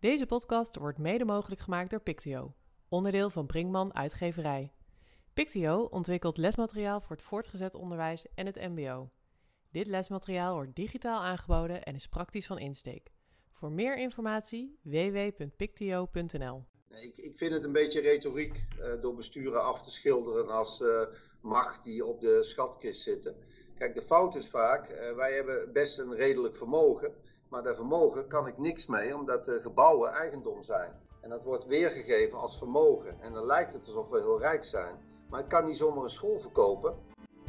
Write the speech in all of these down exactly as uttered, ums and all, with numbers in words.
Deze podcast wordt mede mogelijk gemaakt door Pictio, onderdeel van Brinkman Uitgeverij. Pictio ontwikkelt lesmateriaal voor het voortgezet onderwijs en het mbo. Dit lesmateriaal wordt digitaal aangeboden en is praktisch van insteek. Voor meer informatie w w w punt pictio punt n l. Ik, ik vind het een beetje retoriek uh, door besturen af te schilderen als uh, macht die op de schatkist zitten. Kijk, de fout is vaak, uh, wij hebben best een redelijk vermogen, maar dat vermogen kan ik niks mee omdat de gebouwen eigendom zijn. En dat wordt weergegeven als vermogen en dan lijkt het alsof we heel rijk zijn. Maar ik kan niet zomaar een school verkopen.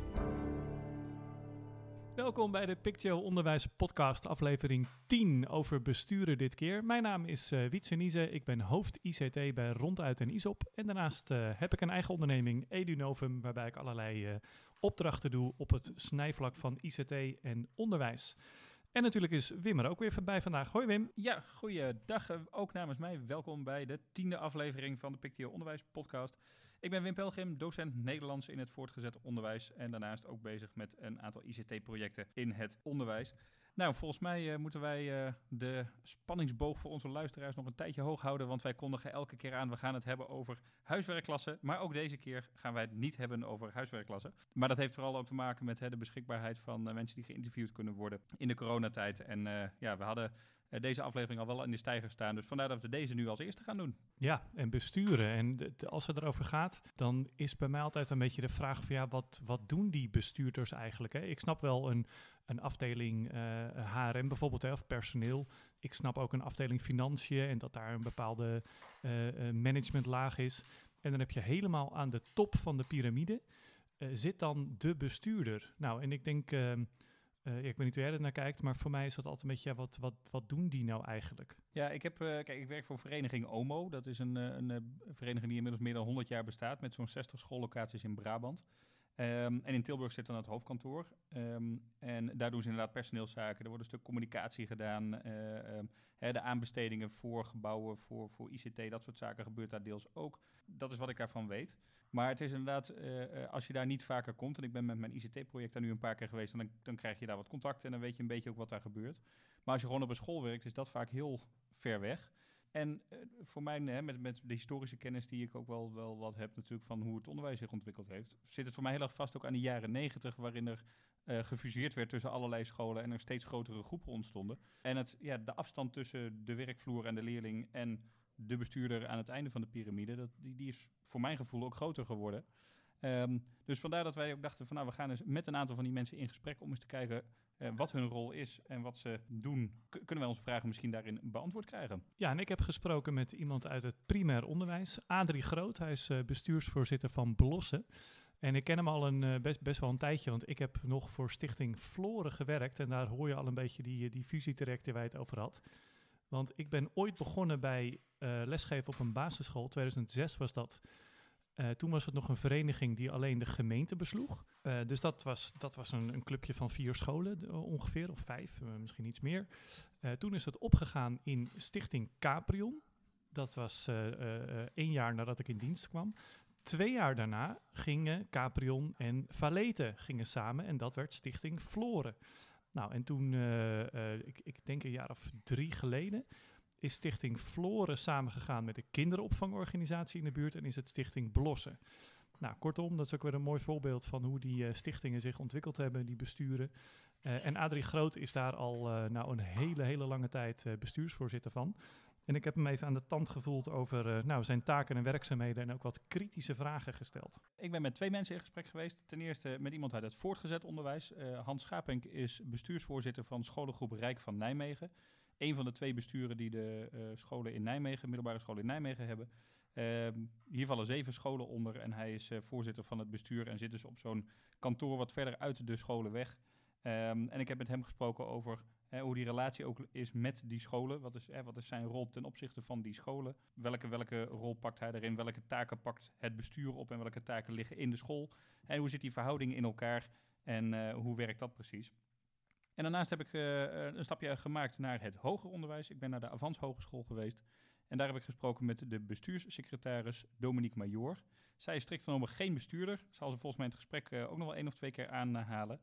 Welkom bij de Pictio Onderwijs Podcast, aflevering tien over besturen dit keer. Mijn naam is uh, Wietse Niese, ik ben hoofd I C T bij Ronduit en ISOP. En daarnaast uh, heb ik een eigen onderneming, EduNovum, waarbij ik allerlei uh, opdrachten doe op het snijvlak van I C T en onderwijs. En natuurlijk is Wim er ook weer bij vandaag. Hoi Wim. Ja, goeiedag. Ook namens mij welkom bij de tiende aflevering van de Pictio Onderwijs Podcast. Ik ben Wim Pelgrim, docent Nederlands in het voortgezet onderwijs en daarnaast ook bezig met een aantal I C T-projecten in het onderwijs. Nou, volgens mij uh, moeten wij uh, de spanningsboog voor onze luisteraars nog een tijdje hoog houden, want wij kondigen elke keer aan, we gaan het hebben over huiswerkklassen, maar ook deze keer gaan wij het niet hebben over huiswerkklassen. Maar dat heeft vooral ook te maken met hè, de beschikbaarheid van uh, mensen die geïnterviewd kunnen worden in de coronatijd. En uh, ja, we hadden uh, deze aflevering al wel in de steiger staan, dus vandaar dat we deze nu als eerste gaan doen. Ja, en besturen. En de, de, als het erover gaat, dan is bij mij altijd een beetje de vraag van ja, wat, wat doen die bestuurders eigenlijk? Hè? Ik snap wel een, een afdeling uh, H R M bijvoorbeeld, hè, of personeel. Ik snap ook een afdeling financiën en dat daar een bepaalde uh, uh, managementlaag is. En dan heb je helemaal aan de top van de piramide uh, zit dan de bestuurder. Nou, en ik denk, uh, uh, ik weet niet hoe jij er naar kijkt, maar voor mij is dat altijd een beetje, ja, wat, wat, wat doen die nou eigenlijk? Ja, ik, heb, uh, kijk, ik werk voor vereniging O M O. Dat is een, een, een vereniging die inmiddels meer dan honderd jaar bestaat met zo'n zestig schoollocaties in Brabant. Um, en in Tilburg zit dan het hoofdkantoor. Um, en daar doen ze inderdaad personeelszaken. Er wordt een stuk communicatie gedaan. Uh, um, hè, de aanbestedingen voor gebouwen, voor, voor I C T, dat soort zaken gebeurt daar deels ook. Dat is wat ik daarvan weet. Maar het is inderdaad, uh, als je daar niet vaker komt, en ik ben met mijn I C T-project daar nu een paar keer geweest, dan, dan krijg je daar wat contacten en dan weet je een beetje ook wat daar gebeurt. Maar als je gewoon op een school werkt, is dat vaak heel ver weg. En uh, voor mij, hè, met, met de historische kennis die ik ook wel, wel wat heb natuurlijk van hoe het onderwijs zich ontwikkeld heeft, zit het voor mij heel erg vast ook aan de jaren negentig, waarin er uh, gefuseerd werd tussen allerlei scholen en er steeds grotere groepen ontstonden. En het, ja, de afstand tussen de werkvloer en de leerling en de bestuurder aan het einde van de piramide, dat, die, die is voor mijn gevoel ook groter geworden. Um, dus vandaar dat wij ook dachten van nou, we gaan eens met een aantal van die mensen in gesprek om eens te kijken uh, wat hun rol is en wat ze doen. K- kunnen wij onze vragen misschien daarin beantwoord krijgen? Ja, en ik heb gesproken met iemand uit het primair onderwijs, Adrie Groot. Hij is uh, bestuursvoorzitter van Blossen. En ik ken hem al een, uh, best, best wel een tijdje, want ik heb nog voor Stichting Floren gewerkt. En daar hoor je al een beetje die, die fusietrajecten waar je het over had. Want ik ben ooit begonnen bij uh, lesgeven op een basisschool, tweeduizend zes was dat. Uh, toen was het nog een vereniging die alleen de gemeente besloeg. Uh, dus dat was, dat was een, een clubje van vier scholen uh, ongeveer, of vijf, uh, misschien iets meer. Uh, toen is het opgegaan in Stichting Caprion. Dat was uh, uh, uh, één jaar nadat ik in dienst kwam. Twee jaar daarna gingen Caprion en Valete gingen samen en dat werd Stichting Floren. Nou, en toen, uh, uh, ik, ik denk een jaar of drie geleden, is Stichting Floren samengegaan met de kinderopvangorganisatie in de buurt en is het Stichting Blossen. Nou, kortom, dat is ook weer een mooi voorbeeld van hoe die uh, stichtingen zich ontwikkeld hebben, die besturen. Uh, en Adrie Groot is daar al uh, nou een hele, hele lange tijd uh, bestuursvoorzitter van. En ik heb hem even aan de tand gevoeld over uh, nou, zijn taken en werkzaamheden en ook wat kritische vragen gesteld. Ik ben met twee mensen in gesprek geweest. Ten eerste met iemand uit het voortgezet onderwijs. Uh, Hans Schapink is bestuursvoorzitter van scholengroep Rijk van Nijmegen. Een van de twee besturen die de uh, scholen in Nijmegen, middelbare scholen in Nijmegen hebben. Uh, hier vallen zeven scholen onder en hij is uh, voorzitter van het bestuur en zit dus op zo'n kantoor wat verder uit de scholen weg. Um, en ik heb met hem gesproken over hè, hoe die relatie ook is met die scholen. Wat is, hè, wat is zijn rol ten opzichte van die scholen? Welke, welke rol pakt hij erin? Welke taken pakt het bestuur op en welke taken liggen in de school? En hoe zit die verhouding in elkaar en uh, hoe werkt dat precies? En daarnaast heb ik uh, een stapje gemaakt naar het hoger onderwijs. Ik ben naar de Avans Hogeschool geweest. En daar heb ik gesproken met de bestuurssecretaris Dominique Major. Zij is strikt genomen geen bestuurder. Zal ze volgens mij in het gesprek uh, ook nog wel één of twee keer aanhalen.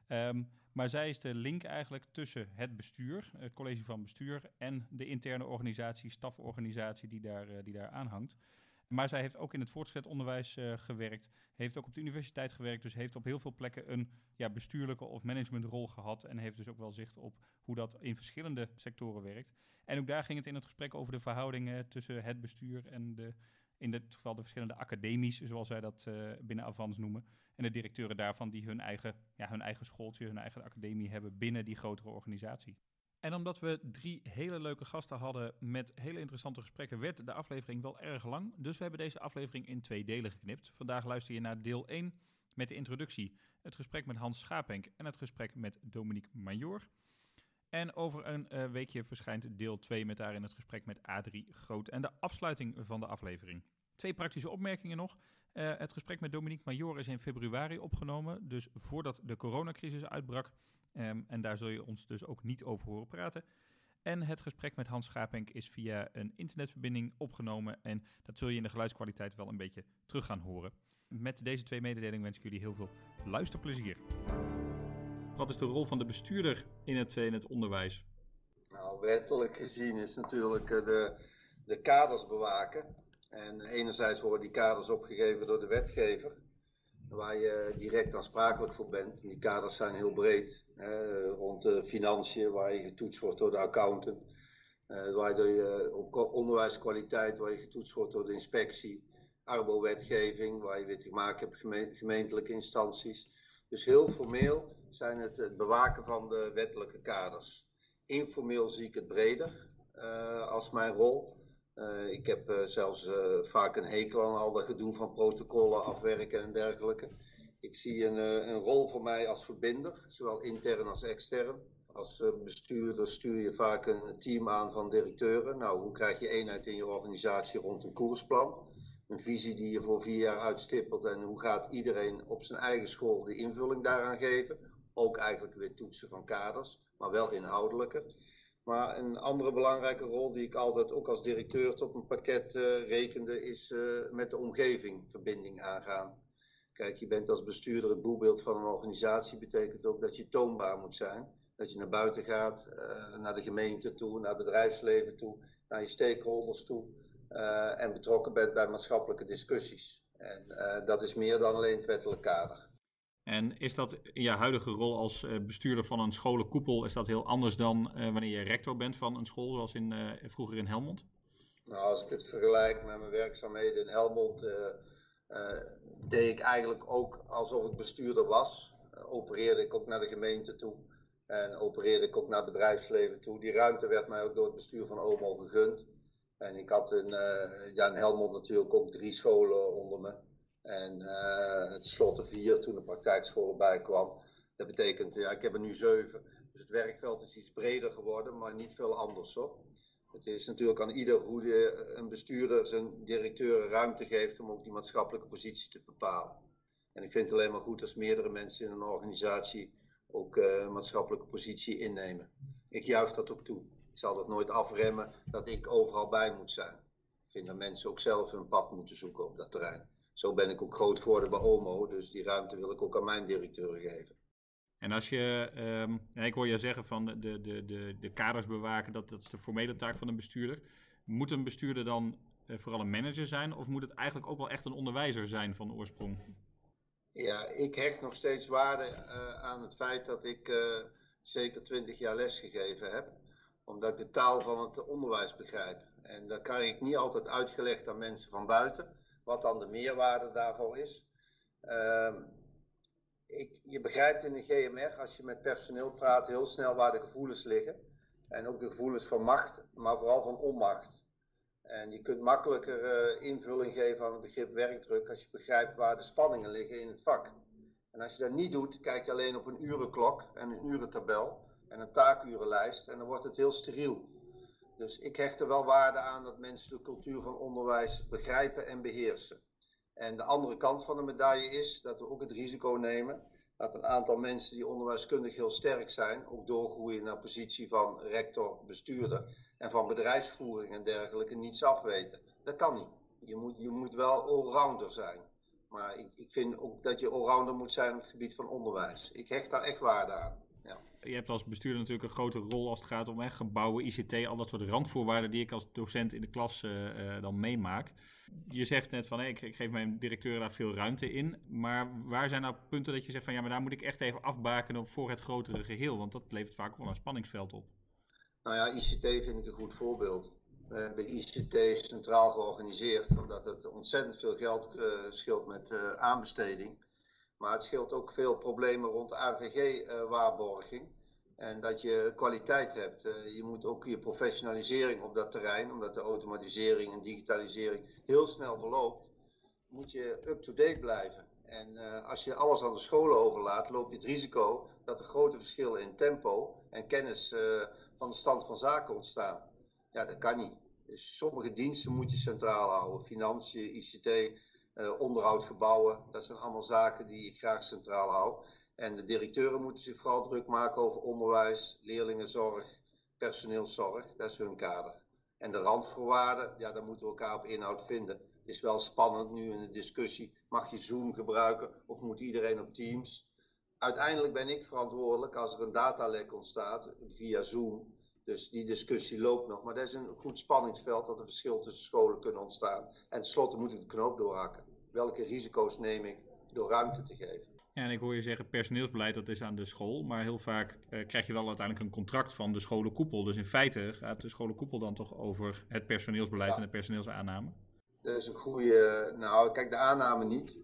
Um, maar zij is de link eigenlijk tussen het bestuur, het college van bestuur en de interne organisatie, staforganisatie die daar, uh, die daar aanhangt. Maar zij heeft ook in het voortgezet onderwijs uh, gewerkt, heeft ook op de universiteit gewerkt, dus heeft op heel veel plekken een ja, bestuurlijke of managementrol gehad en heeft dus ook wel zicht op hoe dat in verschillende sectoren werkt. En ook daar ging het in het gesprek over de verhoudingen tussen het bestuur en de, in dit geval de verschillende academies, zoals wij dat uh, binnen Avans noemen. En de directeuren daarvan die hun eigen, ja, hun eigen schooltje, hun eigen academie hebben binnen die grotere organisatie. En omdat we drie hele leuke gasten hadden met hele interessante gesprekken, werd de aflevering wel erg lang. Dus we hebben deze aflevering in twee delen geknipt. Vandaag luister je naar deel één met de introductie, het gesprek met Hans Schapenk en het gesprek met Dominique Major. En over een uh, weekje verschijnt deel twee met daarin het gesprek met Adrie Groot en de afsluiting van de aflevering. Twee praktische opmerkingen nog. Uh, het gesprek met Dominique Major is in februari opgenomen, dus voordat de coronacrisis uitbrak. Um, en daar zul je ons dus ook niet over horen praten. En het gesprek met Hans Schapenk is via een internetverbinding opgenomen en dat zul je in de geluidskwaliteit wel een beetje terug gaan horen. Met deze twee mededelingen wens ik jullie heel veel luisterplezier. Wat is de rol van de bestuurder in het, in het onderwijs? Nou, wettelijk gezien is natuurlijk de, de kaders bewaken. En enerzijds worden die kaders opgegeven door de wetgever, waar je direct aansprakelijk voor bent. En die kaders zijn heel breed, eh, rond de financiën, waar je getoetst wordt door de accountant. Eh, waar je op onderwijskwaliteit, waar je getoetst wordt door de inspectie. Arbo-wetgeving, waar je weer te maken hebt met gemeentelijke instanties. Dus heel formeel zijn het het bewaken van de wettelijke kaders. Informeel zie ik het breder uh, als mijn rol. Uh, ik heb uh, zelfs uh, vaak een hekel aan al dat gedoe van protocollen afwerken en dergelijke. Ik zie een, uh, een rol voor mij als verbinder, zowel intern als extern. Als uh, bestuurder stuur je vaak een team aan van directeuren. Nou, hoe krijg je eenheid in je organisatie rond een koersplan? Een visie die je voor vier jaar uitstippelt en hoe gaat iedereen op zijn eigen school de invulling daaraan geven. Ook eigenlijk weer toetsen van kaders, maar wel inhoudelijker. Maar een andere belangrijke rol die ik altijd ook als directeur tot een pakket uh, rekende is uh, met de omgeving verbinding aangaan. Kijk, je bent als bestuurder het boegbeeld van een organisatie, betekent ook dat je toonbaar moet zijn. Dat je naar buiten gaat, uh, naar de gemeente toe, naar het bedrijfsleven toe, naar je stakeholders toe. Uh, en betrokken bent bij maatschappelijke discussies. En uh, dat is meer dan alleen het wettelijk kader. En is dat in je huidige rol als uh, bestuurder van een scholenkoepel, is dat heel anders dan uh, wanneer je rector bent van een school, zoals in, uh, vroeger in Helmond? Nou, als ik het vergelijk met mijn werkzaamheden in Helmond, uh, uh, deed ik eigenlijk ook alsof ik bestuurder was. Uh, opereerde ik ook naar de gemeente toe en opereerde ik ook naar het bedrijfsleven toe. Die ruimte werd mij ook door het bestuur van O M O gegund. En ik had in, uh, ja, in Helmond natuurlijk ook drie scholen onder me. En uh, tenslotte vier toen de praktijkschool erbij kwam. Dat betekent, ja, ik heb er nu zeven. Dus het werkveld is iets breder geworden, maar niet veel anders hoor. Het is natuurlijk aan ieder hoe de, een bestuurder zijn directeur ruimte geeft om ook die maatschappelijke positie te bepalen. En ik vind het alleen maar goed als meerdere mensen in een organisatie ook uh, een maatschappelijke positie innemen. Ik juich dat ook toe. Ik zal dat nooit afremmen dat ik overal bij moet zijn. Ik vind dat mensen ook zelf hun pad moeten zoeken op dat terrein. Zo ben ik ook groot geworden bij O M O, dus die ruimte wil ik ook aan mijn directeuren geven. En als je, um, ja, ik hoor je zeggen van de, de, de, de kaders bewaken, dat, dat is de formele taak van een bestuurder. Moet een bestuurder dan uh, vooral een manager zijn of moet het eigenlijk ook wel echt een onderwijzer zijn van oorsprong? Ja, ik hecht nog steeds waarde uh, aan het feit dat ik uh, zeker twintig jaar lesgegeven heb. Omdat ik de taal van het onderwijs begrijp. En dat krijg ik niet altijd uitgelegd aan mensen van buiten. Wat dan de meerwaarde daarvoor is. Uh, ik, je begrijpt in de G M R, als je met personeel praat, heel snel waar de gevoelens liggen. En ook de gevoelens van macht, maar vooral van onmacht. En je kunt makkelijker uh, invulling geven aan het begrip werkdruk als je begrijpt waar de spanningen liggen in het vak. En als je dat niet doet, kijk je alleen op een urenklok en een urentabel en een taakurenlijst en dan wordt het heel steriel. Dus ik hecht er wel waarde aan dat mensen de cultuur van onderwijs begrijpen en beheersen. En de andere kant van de medaille is dat we ook het risico nemen dat een aantal mensen die onderwijskundig heel sterk zijn, ook doorgroeien naar positie van rector, bestuurder en van bedrijfsvoering en dergelijke niets afweten. Dat kan niet. Je moet, je moet wel allrounder zijn. Maar ik, ik vind ook dat je allrounder moet zijn op het gebied van onderwijs. Ik hecht daar echt waarde aan. Ja. Je hebt als bestuurder natuurlijk een grote rol als het gaat om hè, gebouwen, I C T, al dat soort randvoorwaarden die ik als docent in de klas uh, uh, dan meemaak. Je zegt net van, hey, ik, ik geef mijn directeur daar veel ruimte in. Maar waar zijn nou punten dat je zegt van, ja, maar daar moet ik echt even afbakenen voor het grotere geheel? Want dat levert vaak wel een spanningsveld op. Nou ja, I C T vind ik een goed voorbeeld. We hebben I C T centraal georganiseerd, omdat het ontzettend veel geld uh, scheelt met uh, aanbesteding. Maar het scheelt ook veel problemen rond A V G-waarborging. Uh, en dat je kwaliteit hebt. Uh, je moet ook je professionalisering op dat terrein, omdat de automatisering en digitalisering heel snel verloopt, moet je up-to-date blijven. En uh, als je alles aan de scholen overlaat, loop je het risico dat er grote verschillen in tempo en kennis uh, van de stand van zaken ontstaan. Ja, dat kan niet. Dus sommige diensten moet je centraal houden. Financiën, I C T, uh, onderhoud, gebouwen. Dat zijn allemaal zaken die ik graag centraal hou. En de directeuren moeten zich vooral druk maken over onderwijs, leerlingenzorg, personeelszorg. Dat is hun kader. En de randvoorwaarden, ja, daar moeten we elkaar op inhoud vinden. Het is wel spannend nu in de discussie. Mag je Zoom gebruiken of moet iedereen op Teams? Uiteindelijk ben ik verantwoordelijk als er een datalek ontstaat via Zoom. Dus die discussie loopt nog. Maar dat is een goed spanningsveld dat er verschil tussen scholen kunnen ontstaan. En tenslotte moet ik de knoop doorhakken. Welke risico's neem ik door ruimte te geven? Ja, en ik hoor je zeggen, personeelsbeleid dat is aan de school. Maar heel vaak uh, krijg je wel uiteindelijk een contract van de scholenkoepel. Dus in feite gaat de scholenkoepel dan toch over het personeelsbeleid ja. en de personeelsaanname? Dat is een goede... Nou, kijk, de aanname niet.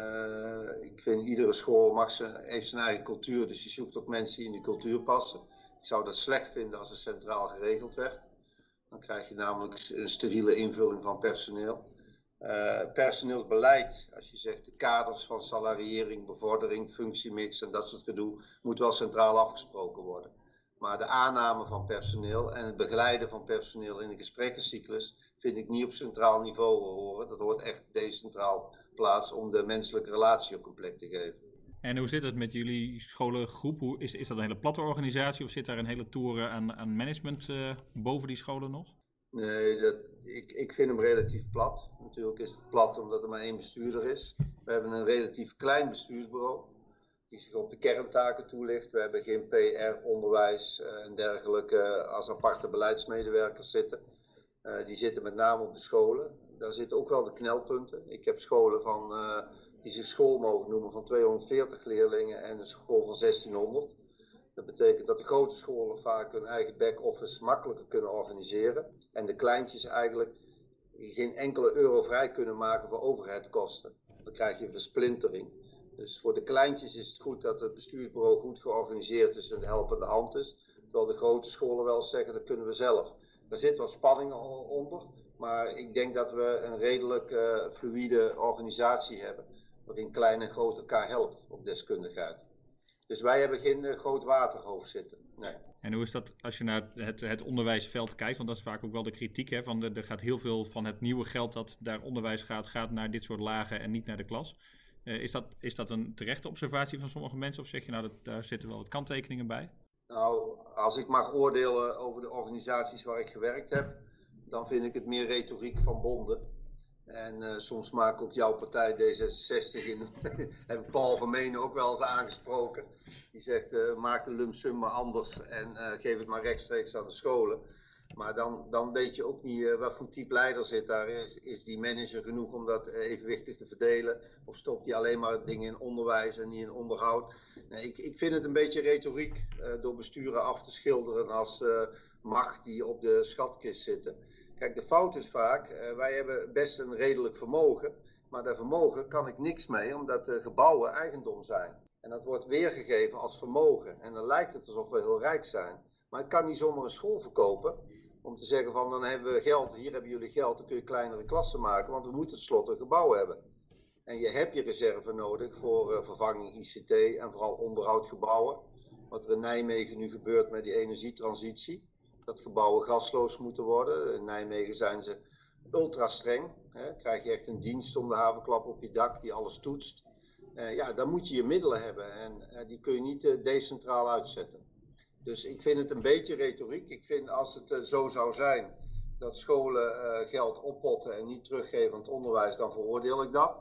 Uh, ik vind iedere school mag ze, heeft zijn eigen cultuur. Dus je zoekt ook mensen die in die cultuur passen. Ik zou dat slecht vinden als het centraal geregeld werd. Dan krijg je namelijk een steriele invulling van personeel. Uh, personeelsbeleid, als je zegt de kaders van salariering, bevordering, functiemix en dat soort gedoe, moet wel centraal afgesproken worden. Maar de aanname van personeel en het begeleiden van personeel in de gesprekkencyclus vind ik niet op centraal niveau horen. Dat hoort echt decentraal plaats om de menselijke relatie ook een plek te geven. En hoe zit het met jullie scholengroep? Hoe, is, is dat een hele platte organisatie of zit daar een hele toren aan, aan management uh, boven die scholen nog? Nee, dat, ik, ik vind hem relatief plat. Natuurlijk is het plat omdat er maar één bestuurder is. We hebben een relatief klein bestuursbureau die zich op de kerntaken toelicht. We hebben geen P R, onderwijs uh, en dergelijke als aparte beleidsmedewerkers zitten. Uh, die zitten met name op de scholen. Daar zitten ook wel de knelpunten. Ik heb scholen van, uh, die zich school mogen noemen van tweehonderdveertig leerlingen en een school van zestienhonderd. Dat betekent dat de grote scholen vaak hun eigen back-office makkelijker kunnen organiseren. En de kleintjes eigenlijk geen enkele euro vrij kunnen maken voor overheidskosten. Dan krijg je een versplintering. Dus voor de kleintjes is het goed dat het bestuursbureau goed georganiseerd is en de helpende hand is. Terwijl de grote scholen wel zeggen, dat kunnen we zelf. Er zit wat spanning onder, maar ik denk dat we een redelijk uh, fluïde organisatie hebben. Waarin klein en groot elkaar helpt op deskundigheid. Dus wij hebben geen uh, groot waterhoofd zitten. Nee. En hoe is dat als je naar het, het onderwijsveld kijkt? Want dat is vaak ook wel de kritiek. Hè, van de, er gaat heel veel van het nieuwe geld dat daar onderwijs gaat, gaat naar dit soort lagen en niet naar de klas. Uh, is, dat, is dat een terechte observatie van sommige mensen? Of zeg je nou, dat, daar zitten wel wat kanttekeningen bij? Nou, als ik mag oordelen over de organisaties waar ik gewerkt heb, dan vind ik het meer retoriek van bonden. En uh, soms maakt ook jouw partij D zesenzestig in, heb Paul van Menen ook wel eens aangesproken. Die zegt, uh, maak de lump sum maar anders en uh, geef het maar rechtstreeks aan de scholen. Maar dan, dan weet je ook niet uh, wat voor type leider zit daar. Is, is die manager genoeg om dat evenwichtig te verdelen? Of stopt hij alleen maar dingen in onderwijs en niet in onderhoud? Nee, ik, ik vind het een beetje retoriek uh, door besturen af te schilderen als uh, macht die op de schatkist zitten. Kijk, de fout is vaak, uh, wij hebben best een redelijk vermogen. Maar dat vermogen kan ik niks mee, omdat de gebouwen eigendom zijn. En dat wordt weergegeven als vermogen. En dan lijkt het alsof we heel rijk zijn. Maar ik kan niet zomaar een school verkopen om te zeggen van dan hebben we geld, hier hebben jullie geld, dan kun je kleinere klassen maken, want we moeten tenslotte een gebouw hebben. En je hebt je reserve nodig voor uh, vervanging I C T en vooral onderhoudgebouwen. Wat er in Nijmegen nu gebeurt met die energietransitie, dat gebouwen gasloos moeten worden. In Nijmegen zijn ze ultra streng. Hè. Krijg je echt een dienst om de havenklap op je dak die alles toetst. Uh, ja, dan moet je je middelen hebben en uh, die kun je niet uh, decentraal uitzetten. Dus ik vind het een beetje retoriek. Ik vind als het uh, zo zou zijn dat scholen uh, geld oppotten en niet teruggeven aan het onderwijs, dan veroordeel ik dat.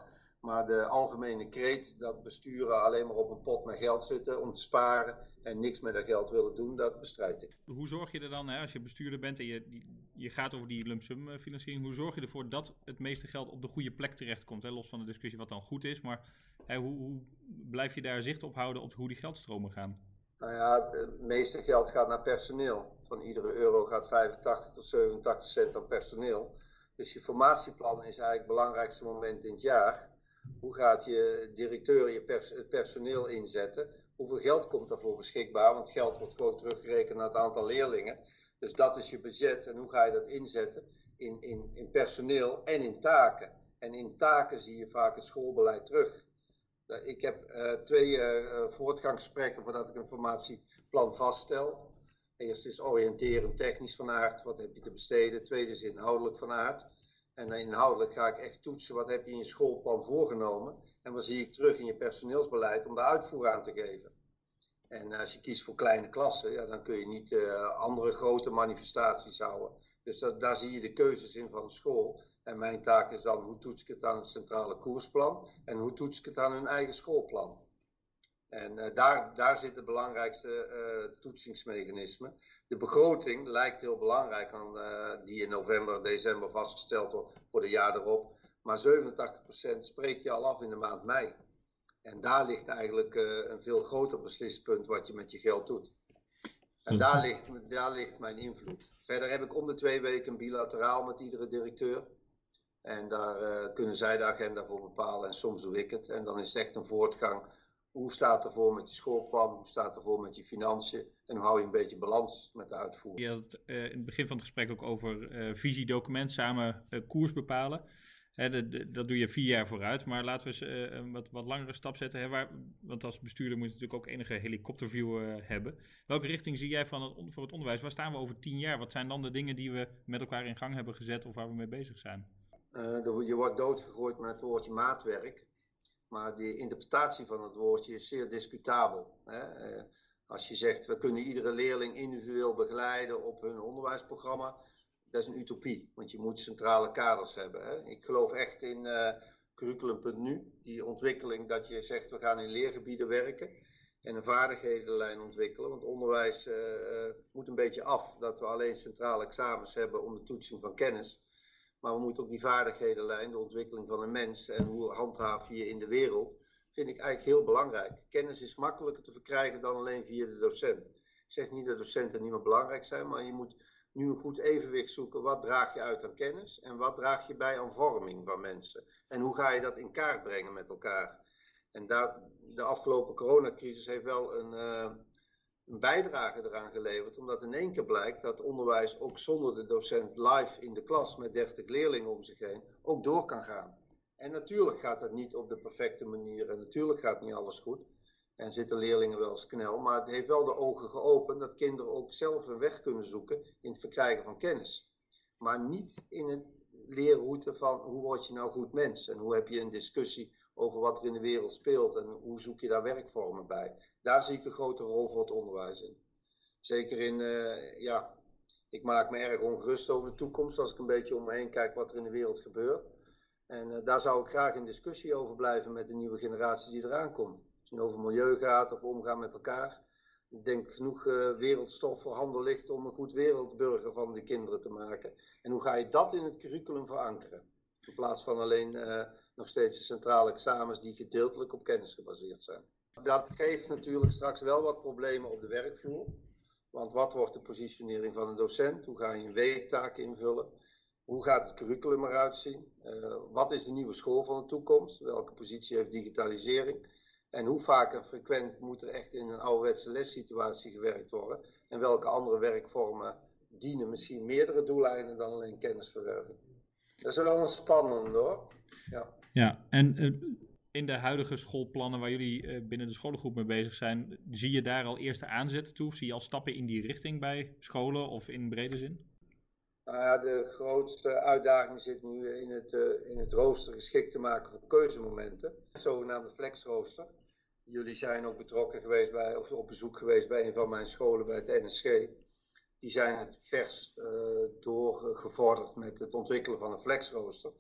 Maar de algemene kreet dat besturen alleen maar op een pot met geld zitten om te sparen en niks met dat geld willen doen, dat bestrijd ik. Hoe zorg je er dan, hè, als je bestuurder bent en je, je gaat over die lump sum financiering, hoe zorg je ervoor dat het meeste geld op de goede plek terechtkomt? Hè? Los van de discussie wat dan goed is, maar hè, hoe, hoe blijf je daar zicht op houden op hoe die geldstromen gaan? Nou ja, het meeste geld gaat naar personeel. Van iedere euro gaat vijfentachtig tot zevenentachtig cent aan personeel. Dus je formatieplan is eigenlijk het belangrijkste moment in het jaar. Hoe gaat je directeur je pers het personeel inzetten? Hoeveel geld komt daarvoor beschikbaar? Want geld wordt gewoon teruggerekend naar het aantal leerlingen. Dus dat is je budget. En hoe ga je dat inzetten? In, in, in personeel en in taken. En in taken zie je vaak het schoolbeleid terug. Ik heb uh, twee uh, voortgangsgesprekken voordat ik een formatieplan vaststel. Eerst is oriënterend technisch van aard, wat heb je te besteden. Tweede is inhoudelijk van aard. En dan inhoudelijk ga ik echt toetsen, wat heb je in je schoolplan voorgenomen. En wat zie ik terug in je personeelsbeleid om de uitvoer aan te geven. En als je kiest voor kleine klassen, ja, dan kun je niet uh, andere grote manifestaties houden. Dus dat, daar zie je de keuzes in van de school. En mijn taak is dan, hoe toets ik het aan het centrale koersplan en hoe toets ik het aan hun eigen schoolplan. En uh, daar, daar zit het belangrijkste uh, toetsingsmechanisme. De begroting lijkt heel belangrijk, aan, uh, die in november, december vastgesteld wordt voor de jaar erop. Maar zevenentachtig procent spreek je al af in de maand mei. En daar ligt eigenlijk uh, een veel groter beslispunt wat je met je geld doet. En daar ligt, daar ligt mijn invloed. Verder heb ik om de twee weken een bilateraal met iedere directeur. En daar uh, kunnen zij de agenda voor bepalen en soms doe ik het. En dan is het echt een voortgang. Hoe staat er voor met je schoolplan? Hoe staat er voor met je financiën? En hoe hou je een beetje balans met de uitvoering? Je had het uh, in het begin van het gesprek ook over uh, visiedocument, samen uh, koers bepalen. Hè, de, de, dat doe je vier jaar vooruit. Maar laten we eens uh, een wat, wat langere stap zetten. Hè, waar, want als bestuurder moet je natuurlijk ook enige helikopterview uh, hebben. Welke richting zie jij van het, voor het onderwijs? Waar staan we over tien jaar? Wat zijn dan de dingen die we met elkaar in gang hebben gezet of waar we mee bezig zijn? Uh, je wordt doodgegooid met het woordje maatwerk. Maar de interpretatie van het woordje is zeer discutabel. Hè? Uh, als je zegt, we kunnen iedere leerling individueel begeleiden op hun onderwijsprogramma. Dat is een utopie, want je moet centrale kaders hebben. Hè? Ik geloof echt in uh, curriculum punt nu, die ontwikkeling dat je zegt, we gaan in leergebieden werken. En een vaardighedenlijn ontwikkelen, want onderwijs uh, uh, moet een beetje af. Dat we alleen centrale examens hebben om de toetsing van kennis. Maar we moeten ook die vaardighedenlijn, de ontwikkeling van een mens en hoe handhaaf je je in de wereld, vind ik eigenlijk heel belangrijk. Kennis is makkelijker te verkrijgen dan alleen via de docent. Ik zeg niet dat docenten niet meer belangrijk zijn, maar je moet nu een goed evenwicht zoeken. Wat draag je uit aan kennis en wat draag je bij aan vorming van mensen? En hoe ga je dat in kaart brengen met elkaar? En daar, de afgelopen coronacrisis heeft wel een, uh, een bijdrage eraan geleverd, omdat in één keer blijkt dat onderwijs ook zonder de docent live in de klas met dertig leerlingen om zich heen ook door kan gaan. En natuurlijk gaat dat niet op de perfecte manier en natuurlijk gaat niet alles goed. En zitten leerlingen wel eens knel, maar het heeft wel de ogen geopend dat kinderen ook zelf een weg kunnen zoeken in het verkrijgen van kennis. Maar niet in het leerroute van hoe word je nou goed mens en hoe heb je een discussie over wat er in de wereld speelt en hoe zoek je daar werkvormen bij. Daar zie ik een grote rol voor het onderwijs in. Zeker in, uh, ja, ik maak me erg ongerust over de toekomst als ik een beetje om me heen kijk wat er in de wereld gebeurt. En uh, daar zou ik graag in discussie over blijven met de nieuwe generatie die eraan komt. Als het over milieu gaat of omgaan met elkaar. Ik denk genoeg uh, wereldstof voor handen ligt om een goed wereldburger van die kinderen te maken. En hoe ga je dat in het curriculum verankeren? In plaats van alleen uh, nog steeds de centrale examens die gedeeltelijk op kennis gebaseerd zijn. Dat geeft natuurlijk straks wel wat problemen op de werkvloer. Want wat wordt de positionering van een docent? Hoe ga je een weektaak invullen? Hoe gaat het curriculum eruit zien? Uh, wat is de nieuwe school van de toekomst? Welke positie heeft digitalisering? En hoe vaak en frequent moet er echt in een ouderwetse lessituatie gewerkt worden? En welke andere werkvormen dienen misschien meerdere doeleinden dan alleen kennisverwerving? Dat is wel een spannende hoor. Ja, ja en uh, in de huidige schoolplannen waar jullie uh, binnen de scholengroep mee bezig zijn, zie je daar al eerste aanzetten toe? Zie je al stappen in die richting bij scholen of in brede zin? Nou ja, de grootste uitdaging zit nu in het, uh, in het rooster geschikt te maken voor keuzemomenten. Het zogenaamde flexrooster. Jullie zijn ook betrokken geweest bij, of op bezoek geweest bij een van mijn scholen bij het N S G. Die zijn het vers uh, doorgevorderd met het ontwikkelen van een flexrooster.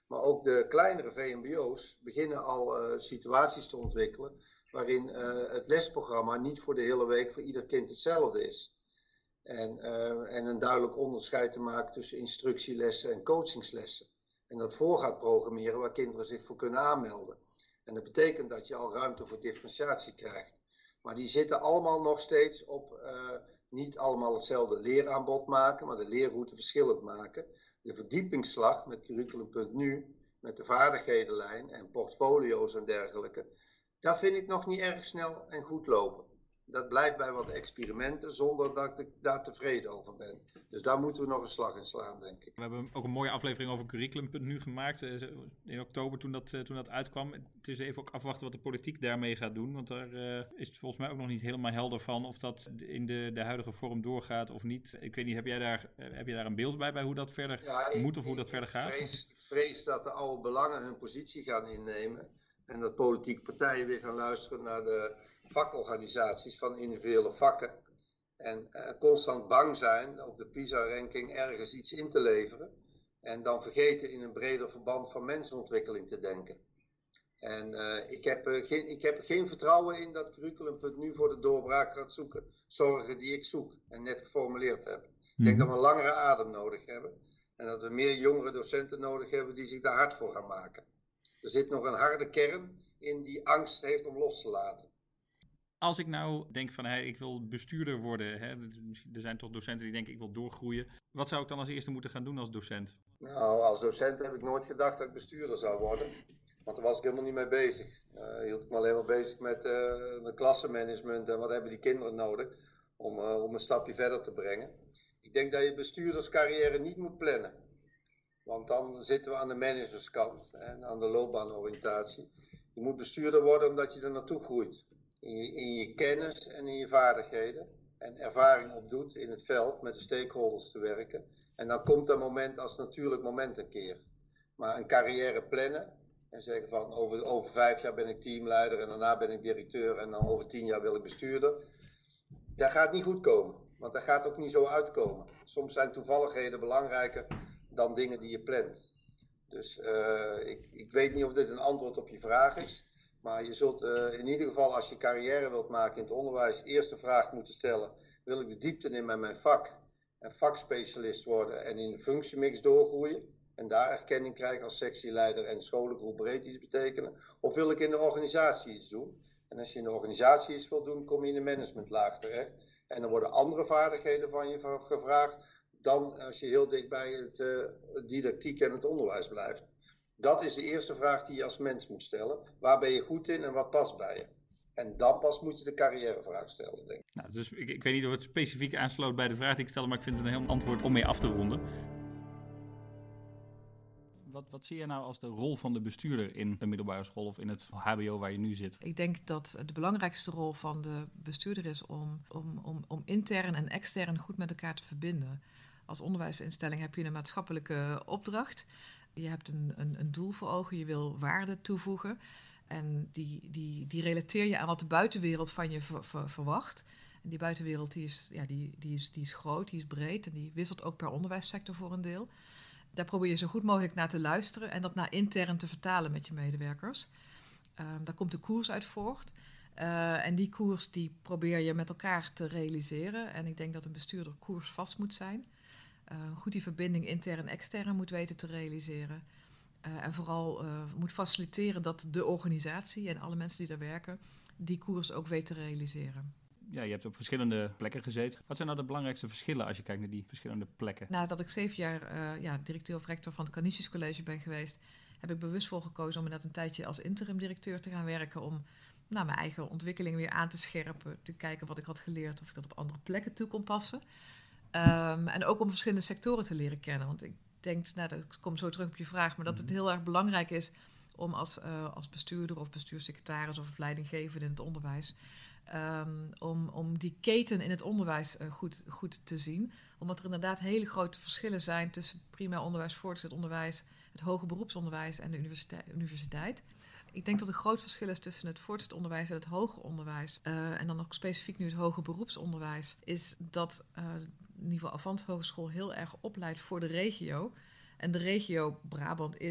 Maar ook de kleinere V M B O's beginnen al uh, situaties te ontwikkelen waarin uh, het lesprogramma niet voor de hele week voor ieder kind hetzelfde is. En, uh, en een duidelijk onderscheid te maken tussen instructielessen en coachingslessen. En dat voor gaat programmeren waar kinderen zich voor kunnen aanmelden. En dat betekent dat je al ruimte voor differentiatie krijgt. Maar die zitten allemaal nog steeds op uh, niet allemaal hetzelfde leeraanbod maken, maar de leerroute verschillend maken. De verdiepingsslag met curriculum punt nu, met de vaardighedenlijn en portfolio's en dergelijke, daar vind ik nog niet erg snel en goed lopen. Dat blijft bij wat experimenten zonder dat ik daar tevreden over ben. Dus daar moeten we nog een slag in slaan, denk ik. We hebben ook een mooie aflevering over curriculum punt nu gemaakt in oktober toen dat, toen dat uitkwam. Het is even ook afwachten wat de politiek daarmee gaat doen. Want daar uh, is het volgens mij ook nog niet helemaal helder van of dat in de, de huidige vorm doorgaat of niet. Ik weet niet, heb jij daar, heb jij daar een beeld bij, bij hoe dat verder ja, moet of hoe dat ik, verder gaat? Ik vrees, ik vrees dat de oude belangen hun positie gaan innemen. En dat politieke partijen weer gaan luisteren naar de vakorganisaties van individuele vakken. En uh, constant bang zijn op de PISA-ranking ergens iets in te leveren. En dan vergeten in een breder verband van mensenontwikkeling te denken. En uh, ik, heb, uh, geen, ik heb geen vertrouwen in dat curriculum punt nu voor de doorbraak gaat zoeken. Zorgen die ik zoek en net geformuleerd heb. Mm-hmm. Ik denk dat we een langere adem nodig hebben. En dat we meer jongere docenten nodig hebben die zich daar hard voor gaan maken. Er zit nog een harde kern in die angst heeft om los te laten. Als ik nou denk van, hey, ik wil bestuurder worden, hè, er zijn toch docenten die denken ik wil doorgroeien. Wat zou ik dan als eerste moeten gaan doen als docent? Nou, als docent heb ik nooit gedacht dat ik bestuurder zou worden. Want daar was ik helemaal niet mee bezig. Uh, hield ik me alleen maar bezig met uh, de klassenmanagement en wat hebben die kinderen nodig om, uh, om een stapje verder te brengen. Ik denk dat je bestuurderscarrière niet moet plannen. Want dan zitten we aan de managerskant en aan de loopbaanoriëntatie. Je moet bestuurder worden omdat je er naartoe groeit. In je, in je kennis en in je vaardigheden. En ervaring opdoet in het veld met de stakeholders te werken. En dan komt dat moment als natuurlijk moment een keer. Maar een carrière plannen en zeggen van over, over vijf jaar ben ik teamleider en daarna ben ik directeur en dan over tien jaar wil ik bestuurder. Dat gaat niet goed komen, want dat gaat ook niet zo uitkomen. Soms zijn toevalligheden belangrijker dan dingen die je plant. Dus uh, ik, ik weet niet of dit een antwoord op je vraag is. Maar je zult uh, in ieder geval als je carrière wilt maken in het onderwijs eerst de vraag moeten stellen. Wil ik de diepte in met mijn vak en vakspecialist worden en in de functiemix doorgroeien. En daar erkenning krijgen als sectieleider en scholengroep breed iets betekenen. Of wil ik in de organisatie iets doen. En als je in de organisatie iets wil doen, kom je in de managementlaag terecht. En dan worden andere vaardigheden van je gevraagd dan als je heel dicht bij het uh, didactiek en het onderwijs blijft. Dat is de eerste vraag die je als mens moet stellen. Waar ben je goed in en wat past bij je? En dan pas moet je de carrièrevraag stellen, denk ik. Nou, dus ik, ik weet niet of het specifiek aansloot bij de vraag die ik stelde, maar ik vind het een heel antwoord om mee af te ronden. Wat, wat zie je nou als de rol van de bestuurder in een middelbare school of in het H B O waar je nu zit? Ik denk dat de belangrijkste rol van de bestuurder is om, om, om, om intern en extern goed met elkaar te verbinden. Als onderwijsinstelling heb je een maatschappelijke opdracht. Je hebt een, een, een doel voor ogen, je wil waarde toevoegen. En die, die, die relateer je aan wat de buitenwereld van je ver, ver, verwacht. En die buitenwereld die is, ja, die, die, is, die is groot, die is breed en die wisselt ook per onderwijssector voor een deel. Daar probeer je zo goed mogelijk naar te luisteren en dat naar intern te vertalen met je medewerkers. Uh, daar komt de koers uit voort. Uh, en die koers die probeer je met elkaar te realiseren. En ik denk dat een bestuurder koersvast moet zijn. Uh, goed die verbinding intern en extern moet weten te realiseren. Uh, en vooral uh, moet faciliteren dat de organisatie en alle mensen die daar werken die koers ook weten te realiseren. Ja, je hebt op verschillende plekken gezeten. Wat zijn nou de belangrijkste verschillen als je kijkt naar die verschillende plekken? Nadat ik zeven jaar uh, ja, directeur of rector van het Canisius College ben geweest, heb ik bewust voor gekozen om inderdaad een tijdje als interim directeur te gaan werken. Om nou, mijn eigen ontwikkeling weer aan te scherpen. Te kijken wat ik had geleerd, of ik dat op andere plekken toe kon passen. Um, en ook om verschillende sectoren te leren kennen. Want ik denk, nou, ik kom zo terug op je vraag, maar dat het heel erg belangrijk is om als, uh, als bestuurder of bestuurssecretaris of leidinggevende in het onderwijs, Um, om, om die keten in het onderwijs uh, goed, goed te zien. Omdat er inderdaad hele grote verschillen zijn tussen primair onderwijs, voortgezet onderwijs, het hoger beroepsonderwijs en de universiteit. universiteit. Ik denk dat er een groot verschil is tussen het voortgezet onderwijs en het hoger onderwijs. Uh, en dan ook specifiek nu het hoger beroepsonderwijs. Is dat uh, in ieder geval Avans Hogeschool heel erg opleidt voor de regio. En de regio Brabant is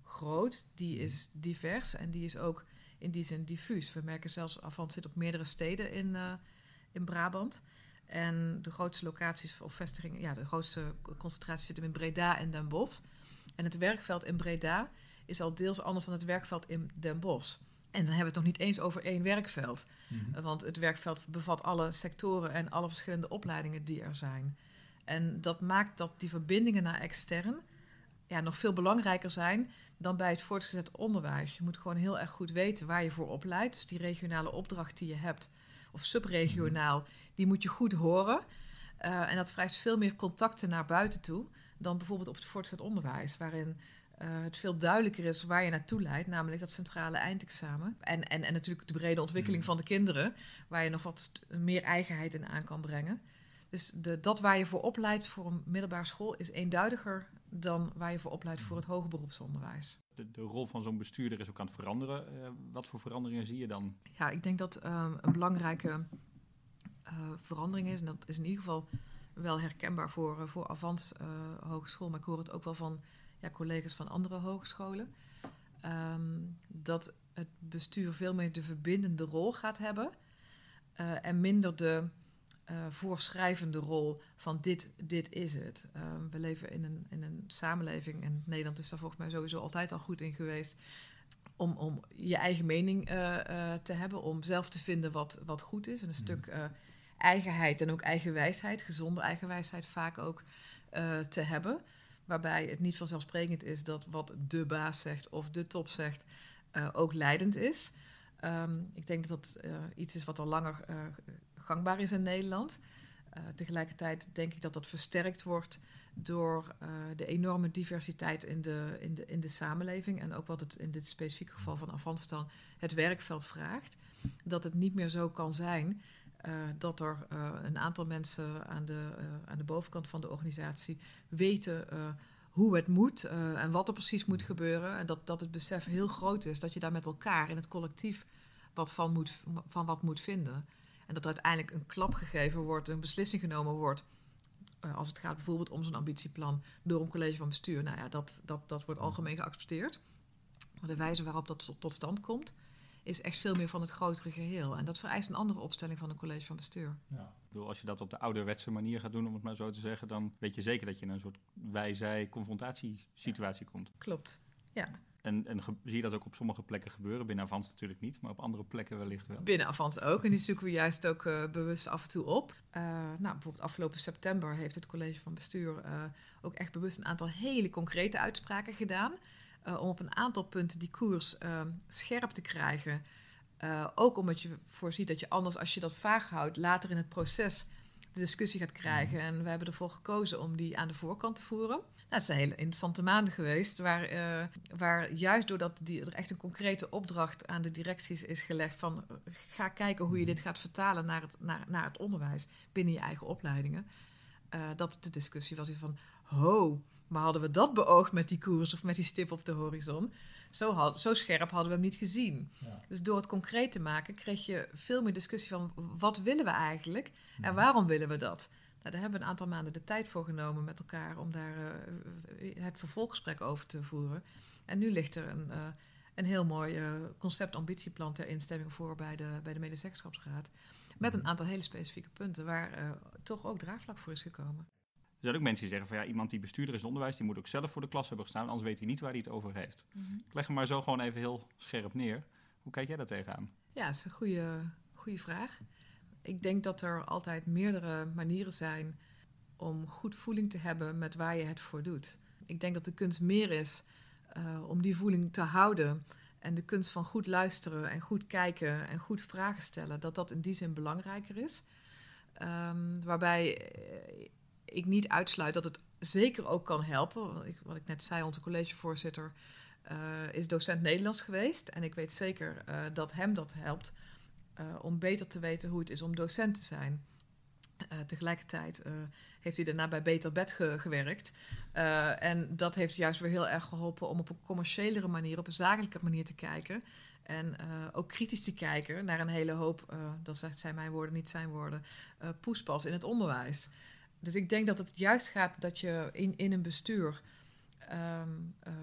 groot, die is divers en die is ook in die zin diffuus. We merken zelfs, Avans zit op meerdere steden in, uh, in Brabant. En de grootste locaties of vestigingen, ja, de grootste concentraties zitten in Breda en Den Bosch. En het werkveld in Breda is al deels anders dan het werkveld in Den Bosch. En dan hebben we het nog niet eens over één werkveld. Mm-hmm. Want het werkveld bevat alle sectoren en alle verschillende opleidingen die er zijn. En dat maakt dat die verbindingen naar extern ja, nog veel belangrijker zijn dan bij het voortgezet onderwijs. Je moet gewoon heel erg goed weten waar je voor opleidt. Dus die regionale opdracht die je hebt, of subregionaal, die moet je goed horen. Uh, en dat vereist veel meer contacten naar buiten toe dan bijvoorbeeld op het voortgezet onderwijs, waarin uh, het veel duidelijker is waar je naartoe leidt, namelijk dat centrale eindexamen. En, en, en natuurlijk de brede ontwikkeling van de kinderen, waar je nog wat st- meer eigenheid in aan kan brengen. Dus de, dat waar je voor opleidt voor een middelbare school is eenduidiger dan waar je voor opleidt voor het hoger beroepsonderwijs. De, de rol van zo'n bestuurder is ook aan het veranderen. Uh, wat voor veranderingen zie je dan? Ja, ik denk dat um, een belangrijke uh, verandering is, en dat is in ieder geval wel herkenbaar voor, uh, voor Avans uh, Hogeschool, maar ik hoor het ook wel van ja, collega's van andere hogescholen, um, dat het bestuur veel meer de verbindende rol gaat hebben uh, en minder de uh, voorschrijvende rol van dit, dit is het. Uh, we leven in een, in een samenleving, en Nederland is daar volgens mij sowieso altijd al goed in geweest, om, om je eigen mening uh, uh, te hebben, om zelf te vinden wat, wat goed is. En een mm. stuk uh, eigenheid en ook eigenwijsheid, gezonde eigenwijsheid vaak ook uh, te hebben. Waarbij het niet vanzelfsprekend is dat wat de baas zegt of de top zegt uh, ook leidend is. Um, ik denk dat dat uh, iets is wat al langer uh, gangbaar is in Nederland. Uh, tegelijkertijd denk ik dat dat versterkt wordt door uh, de enorme diversiteit in de, in, de, in de samenleving. En ook wat het in dit specifieke geval van Avans dan het werkveld vraagt. Dat het niet meer zo kan zijn uh, dat er uh, een aantal mensen aan de, uh, aan de bovenkant van de organisatie weten uh, hoe het moet uh, en wat er precies moet gebeuren. En dat, dat het besef heel groot is dat je daar met elkaar in het collectief wat van, moet, van wat moet vinden. En dat er uiteindelijk een klap gegeven wordt, een beslissing genomen wordt. Uh, als het gaat bijvoorbeeld om zo'n ambitieplan door een college van bestuur. Nou ja, dat, dat, dat wordt algemeen geaccepteerd. Maar de wijze waarop dat tot stand komt, is echt veel meer van het grotere geheel. En dat vereist een andere opstelling van een college van bestuur. Ja. Ik bedoel, als je dat op de ouderwetse manier gaat doen, om het maar zo te zeggen, dan weet je zeker dat je in een soort wij-zij-confrontatiesituatie ja. komt. Klopt, ja. En, en ge- zie je dat ook op sommige plekken gebeuren? Binnen Avans natuurlijk niet, maar op andere plekken wellicht wel. Binnen Avans ook. En die zoeken we juist ook uh, bewust af en toe op. Uh, nou, bijvoorbeeld afgelopen september heeft het college van bestuur uh, ook echt bewust een aantal hele concrete uitspraken gedaan. Uh, om op een aantal punten die koers uh, scherp te krijgen. Uh, ook omdat je voorziet dat je anders, als je dat vaag houdt, later in het proces de discussie gaat krijgen. En we hebben ervoor gekozen om die aan de voorkant te voeren. Nou, het zijn hele interessante maanden geweest, waar, uh, waar juist doordat die, er echt een concrete opdracht aan de directies is gelegd van uh, ga kijken hoe je dit gaat vertalen naar het, naar, naar het onderwijs binnen je eigen opleidingen. Uh, dat de discussie was van, ho, maar hadden we dat beoogd met die koers of met die stip op de horizon? Zo, had, zo scherp hadden we hem niet gezien. Ja. Dus door het concreet te maken kreeg je veel meer discussie van wat willen we eigenlijk en waarom willen we dat? Nou, daar hebben we een aantal maanden de tijd voor genomen met elkaar om daar uh, het vervolggesprek over te voeren. En nu ligt er een, uh, een heel mooi uh, concept-ambitieplan ter instemming voor bij de, bij de medezeggenschapsraad. Met een aantal hele specifieke punten waar uh, toch ook draagvlak voor is gekomen. Er zijn ook mensen die zeggen van ja, iemand die bestuurder is in onderwijs, die moet ook zelf voor de klas hebben gestaan, anders weet hij niet waar hij het over heeft. Mm-hmm. Ik leg hem maar zo gewoon even heel scherp neer. Hoe kijk jij daar tegenaan? Ja, dat is een goede, goede vraag. Ik denk dat er altijd meerdere manieren zijn om goed voeling te hebben met waar je het voor doet. Ik denk dat de kunst meer is uh, om die voeling te houden en de kunst van goed luisteren en goed kijken en goed vragen stellen, dat dat in die zin belangrijker is. Um, waarbij uh, ik niet uitsluit dat het zeker ook kan helpen. Wat ik, wat ik net zei, onze collegevoorzitter uh, is docent Nederlands geweest. En ik weet zeker uh, dat hem dat helpt uh, om beter te weten hoe het is om docent te zijn. Uh, tegelijkertijd uh, heeft hij daarna bij Beter Bed ge- gewerkt. Uh, en dat heeft juist weer heel erg geholpen om op een commerciëlere manier, op een zakelijke manier te kijken. En uh, ook kritisch te kijken naar een hele hoop, uh, dat zijn mijn woorden, niet zijn woorden, uh, poespas in het onderwijs. Dus ik denk dat het juist gaat dat je in, in een bestuur um, uh,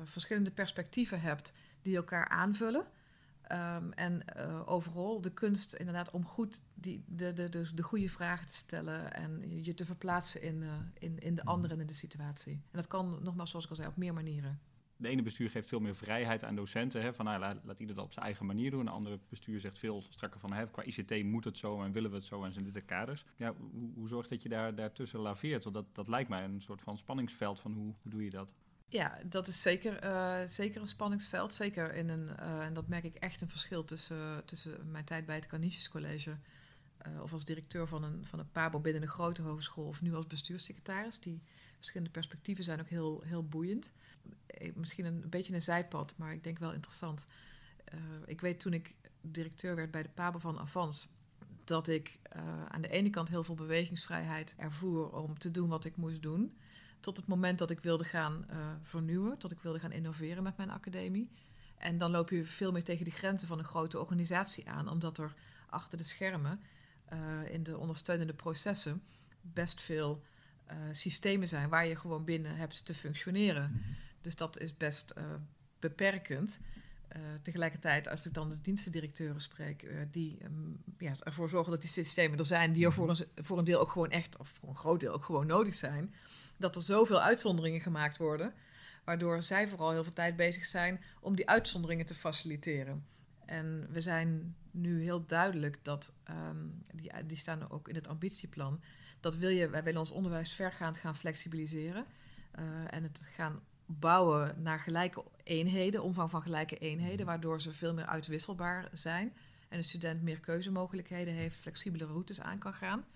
verschillende perspectieven hebt die elkaar aanvullen. Um, en uh, overal de kunst inderdaad om goed die, de, de, de, de goede vragen te stellen en je te verplaatsen in, uh, in, in de anderen en in de situatie. En dat kan, nogmaals zoals ik al zei, op meer manieren. De ene bestuur geeft veel meer vrijheid aan docenten. Hè, van nou, laat, laat ieder dat op zijn eigen manier doen. De andere bestuur zegt veel strakker van hè, qua I C T moet het zo en willen we het zo en zijn dit de kaders. Ja, hoe, hoe zorg dat je daar daartussen laveert? Want dat, dat lijkt mij een soort van spanningsveld van hoe, hoe doe je dat? Ja, dat is zeker, uh, zeker een spanningsveld. Zeker in een, uh, en dat merk ik echt een verschil tussen, tussen mijn tijd bij het Canisius College uh, of als directeur van een, van een PABO binnen een grote hogeschool of nu als bestuurssecretaris. Die verschillende perspectieven zijn ook heel, heel boeiend. Misschien een, een beetje een zijpad, maar ik denk wel interessant. Uh, ik weet toen ik directeur werd bij de PABO van Avans, dat ik uh, aan de ene kant heel veel bewegingsvrijheid ervoer om te doen wat ik moest doen. Tot het moment dat ik wilde gaan uh, vernieuwen, tot ik wilde gaan innoveren met mijn academie. En dan loop je veel meer tegen de grenzen van een grote organisatie aan, omdat er achter de schermen uh, in de ondersteunende processen best veel uh, systemen zijn waar je gewoon binnen hebt te functioneren. Mm-hmm. Dus dat is best uh, beperkend. Uh, tegelijkertijd, als ik dan de dienstendirecteuren spreek, uh, die um, ja, ervoor zorgen dat die systemen er zijn, die er voor een, voor een deel ook gewoon echt, of voor een groot deel ook gewoon nodig zijn, dat er zoveel uitzonderingen gemaakt worden, waardoor zij vooral heel veel tijd bezig zijn om die uitzonderingen te faciliteren. En we zijn nu heel duidelijk dat, um, die, die staan ook in het ambitieplan, dat wil je, wij willen ons onderwijs vergaand gaan flexibiliseren uh, en het gaan bouwen naar gelijke eenheden, omvang van gelijke eenheden, waardoor ze veel meer uitwisselbaar zijn en de student meer keuzemogelijkheden heeft, flexibele routes aan kan gaan.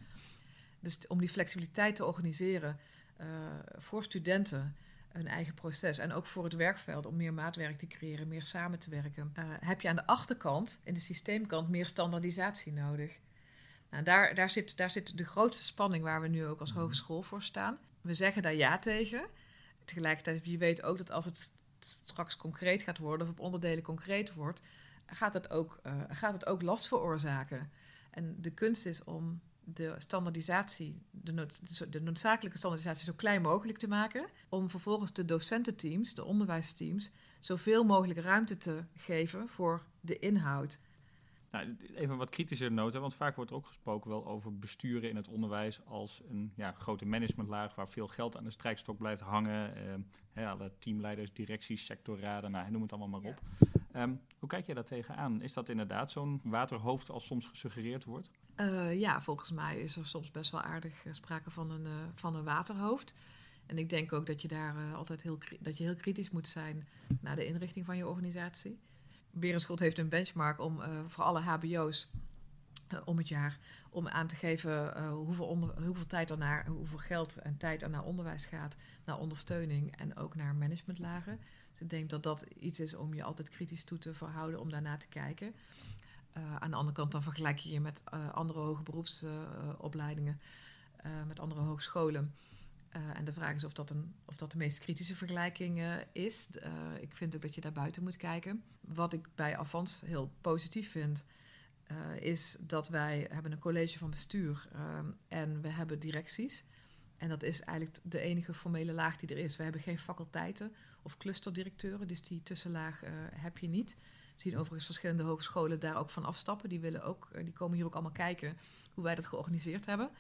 Dus om die flexibiliteit te organiseren uh, voor studenten, hun eigen proces en ook voor het werkveld om meer maatwerk te creëren, meer samen te werken, uh, heb je aan de achterkant, in de systeemkant, meer standaardisatie nodig. Nou, daar, daar, zit, daar zit de grootste spanning waar we nu ook als hogeschool voor staan. We zeggen daar ja tegen. Tegelijkertijd, je weet ook dat als het straks concreet gaat worden of op onderdelen concreet wordt, gaat het ook, uh, gaat het ook last veroorzaken. En de kunst is om de standaardisatie, de, nood, de noodzakelijke standaardisatie zo klein mogelijk te maken, om vervolgens de docententeams, de onderwijsteams, zoveel mogelijk ruimte te geven voor de inhoud. Nou, even een wat kritischer noot, hè, want vaak wordt er ook gesproken wel over besturen in het onderwijs als een ja, grote managementlaag waar veel geld aan de strijkstok blijft hangen. Eh, hè, alle teamleiders, directies, sectorraden, nou, noem het allemaal maar op. Ja. Um, hoe kijk jij daar tegenaan? Is dat inderdaad zo'n waterhoofd als soms gesuggereerd wordt? Uh, ja, volgens mij is er soms best wel aardig uh, sprake van een, uh, van een waterhoofd. En ik denk ook dat je daar uh, altijd heel, dat je heel kritisch moet zijn naar de inrichting van je organisatie. Berenschot heeft een benchmark om uh, voor alle H B O's uh, om het jaar om aan te geven uh, hoeveel, onder, hoeveel tijd er naar, hoeveel geld en tijd er naar onderwijs gaat, naar ondersteuning en ook naar managementlagen. Dus ik denk dat dat iets is om je altijd kritisch toe te verhouden, om daarna te kijken. Uh, aan de andere kant dan vergelijk je je met uh, andere hoge beroepsopleidingen, uh, uh, met andere hogescholen. Uh, en de vraag is of dat, een, of dat de meest kritische vergelijking uh, is. Uh, ik vind ook dat je daar buiten moet kijken. Wat ik bij Avans heel positief vind, uh, is dat wij hebben een college van bestuur uh, en we hebben directies. En dat is eigenlijk de enige formele laag die er is. We hebben geen faculteiten of clusterdirecteuren, dus die tussenlaag uh, heb je niet. We zien overigens verschillende hogescholen daar ook van afstappen. Die, willen ook, die komen hier ook allemaal kijken hoe wij dat georganiseerd hebben.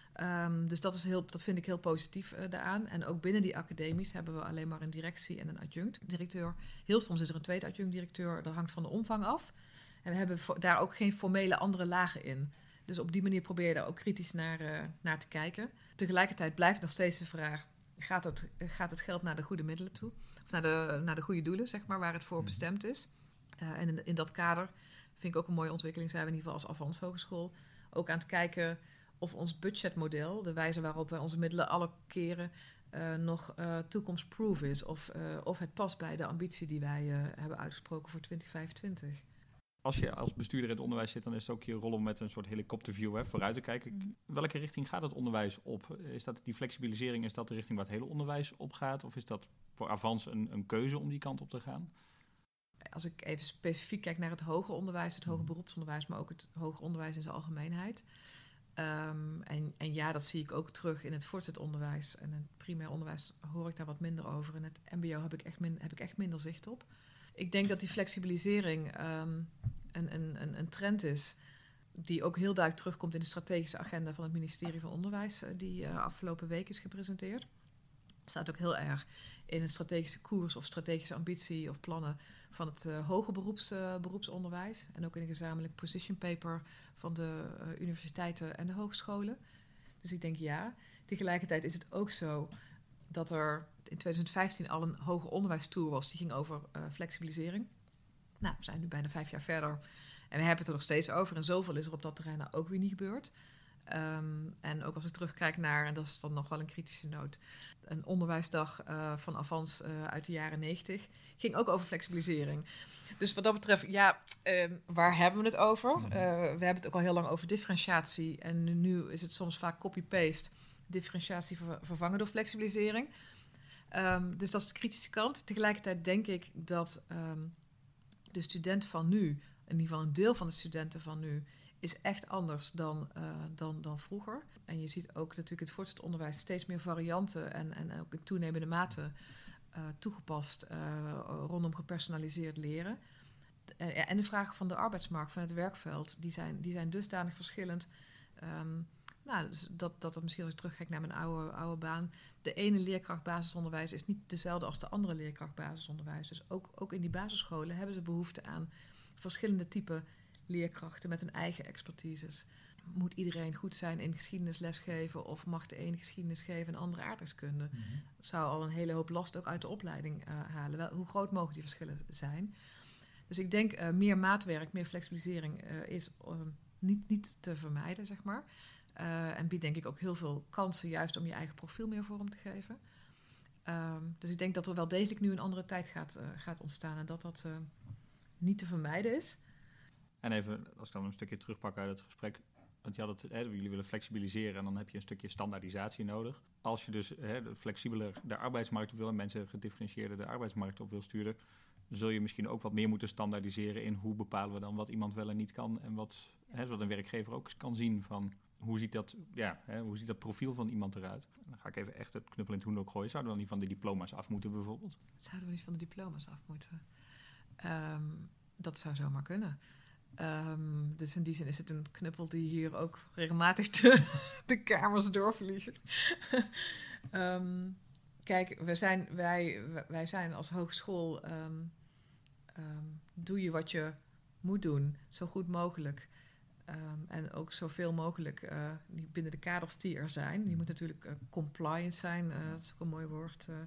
Um, dus dat, is heel, dat vind ik heel positief uh, daaraan. En ook binnen die academies hebben we alleen maar een directie en een adjunct-directeur. Heel soms is er een tweede adjunct-directeur, dat hangt van de omvang af. En we hebben vo- daar ook geen formele andere lagen in. Dus op die manier probeer je daar ook kritisch naar, uh, naar te kijken. Tegelijkertijd blijft nog steeds de vraag, gaat het, gaat het geld naar de goede middelen toe? Of naar de, naar de goede doelen, zeg maar, waar het voor bestemd is? Uh, en in, in dat kader vind ik ook een mooie ontwikkeling, zijn we in ieder geval als Avans Hogeschool ook aan het kijken of ons budgetmodel, de wijze waarop wij onze middelen allokeren, uh, nog uh, toekomstproof is. Of, uh, of het past bij de ambitie die wij uh, hebben uitgesproken voor twintig vijfentwintig. Als je als bestuurder in het onderwijs zit, dan is het ook je rol om met een soort helikopterview hè, vooruit te kijken. Mm. Welke richting gaat het onderwijs op? Is dat die flexibilisering, is dat de richting waar het hele onderwijs op gaat? Of is dat voor Avans een, een keuze om die kant op te gaan? Als ik even specifiek kijk naar het hoger onderwijs, het hoger beroepsonderwijs, maar ook het hoger onderwijs in zijn algemeenheid. Um, en, en ja, dat zie ik ook terug in het voortgezet onderwijs. En in het primair onderwijs hoor ik daar wat minder over. In het mbo heb ik echt, min, heb ik echt minder zicht op. Ik denk dat die flexibilisering um, een, een, een trend is die ook heel duidelijk terugkomt in de strategische agenda van het ministerie van Onderwijs, die uh, afgelopen week is gepresenteerd. Het staat ook heel erg in een strategische koers of strategische ambitie of plannen van het uh, hoger beroeps, uh, beroepsonderwijs. En ook in een gezamenlijk position paper van de uh, universiteiten en de hogescholen. Dus ik denk ja. Tegelijkertijd is het ook zo dat er in twintig vijftien al een hoger onderwijstour was. Die ging over uh, flexibilisering. Nou, we zijn nu bijna vijf jaar verder. En we hebben het er nog steeds over. En zoveel is er op dat terrein nou ook weer niet gebeurd. Um, en ook als ik terugkijk naar, en dat is dan nog wel een kritische noot, een onderwijsdag uh, van Avans uh, uit de jaren negentig ging ook over flexibilisering. Dus wat dat betreft, ja, uh, waar hebben we het over? Uh, we hebben het ook al heel lang over differentiatie. En nu is het soms vaak copy-paste, differentiatie ver- vervangen door flexibilisering. Um, dus dat is de kritische kant. Tegelijkertijd denk ik dat um, de student van nu, in ieder geval een deel van de studenten van nu, is echt anders dan, uh, dan, dan vroeger. En je ziet ook natuurlijk het voortgezet onderwijs steeds meer varianten en, en ook in toenemende mate uh, toegepast uh, rondom gepersonaliseerd leren. Uh, en de vragen van de arbeidsmarkt, van het werkveld, die zijn, die zijn dusdanig verschillend. Um, nou, dus dat, dat dat misschien als ik terugkijk naar mijn oude, oude baan. De ene leerkracht basisonderwijs is niet dezelfde als de andere leerkracht basisonderwijs. Dus ook, ook in die basisscholen hebben ze behoefte aan verschillende typen leerkrachten met hun eigen expertises. Moet iedereen goed zijn in geschiedenis lesgeven of mag de ene geschiedenis geven en de andere aardrijkskunde? Mm-hmm. Dat zou al een hele hoop last ook uit de opleiding uh, halen. Wel, hoe groot mogen die verschillen zijn? Dus ik denk uh, meer maatwerk, meer flexibilisering uh, is uh, niet, niet te vermijden, zeg maar. Uh, en biedt denk ik ook heel veel kansen juist om je eigen profiel meer vorm te geven. Um, dus ik denk dat er wel degelijk nu een andere tijd gaat, uh, gaat ontstaan en dat dat uh, niet te vermijden is. En even, als ik dan een stukje terugpak uit het gesprek, want je had het, hè, jullie willen flexibiliseren en dan heb je een stukje standaardisatie nodig. Als je dus hè, flexibeler de arbeidsmarkt op wil en mensen gedifferentieerder de arbeidsmarkt op wil sturen, zul je misschien ook wat meer moeten standaardiseren in hoe bepalen we dan wat iemand wel en niet kan en wat, hè, zodat een werkgever ook kan zien van hoe ziet dat, ja, hè, hoe ziet dat profiel van iemand eruit. Dan ga ik even echt het knuppel in het hoenderhok gooien. Zouden we dan niet van de diploma's af moeten bijvoorbeeld? Zouden we niet van de diploma's af moeten? Um, dat zou zomaar kunnen. Um, dus in die zin is het een knuppel die hier ook regelmatig de, de kamers doorvliegt. um, kijk, wij zijn, wij, wij zijn als hogeschool, um, um, doe je wat je moet doen, zo goed mogelijk. Um, en ook zoveel mogelijk uh, binnen de kaders die er zijn. Je moet natuurlijk uh, compliant zijn, uh, dat is ook een mooi woord uh,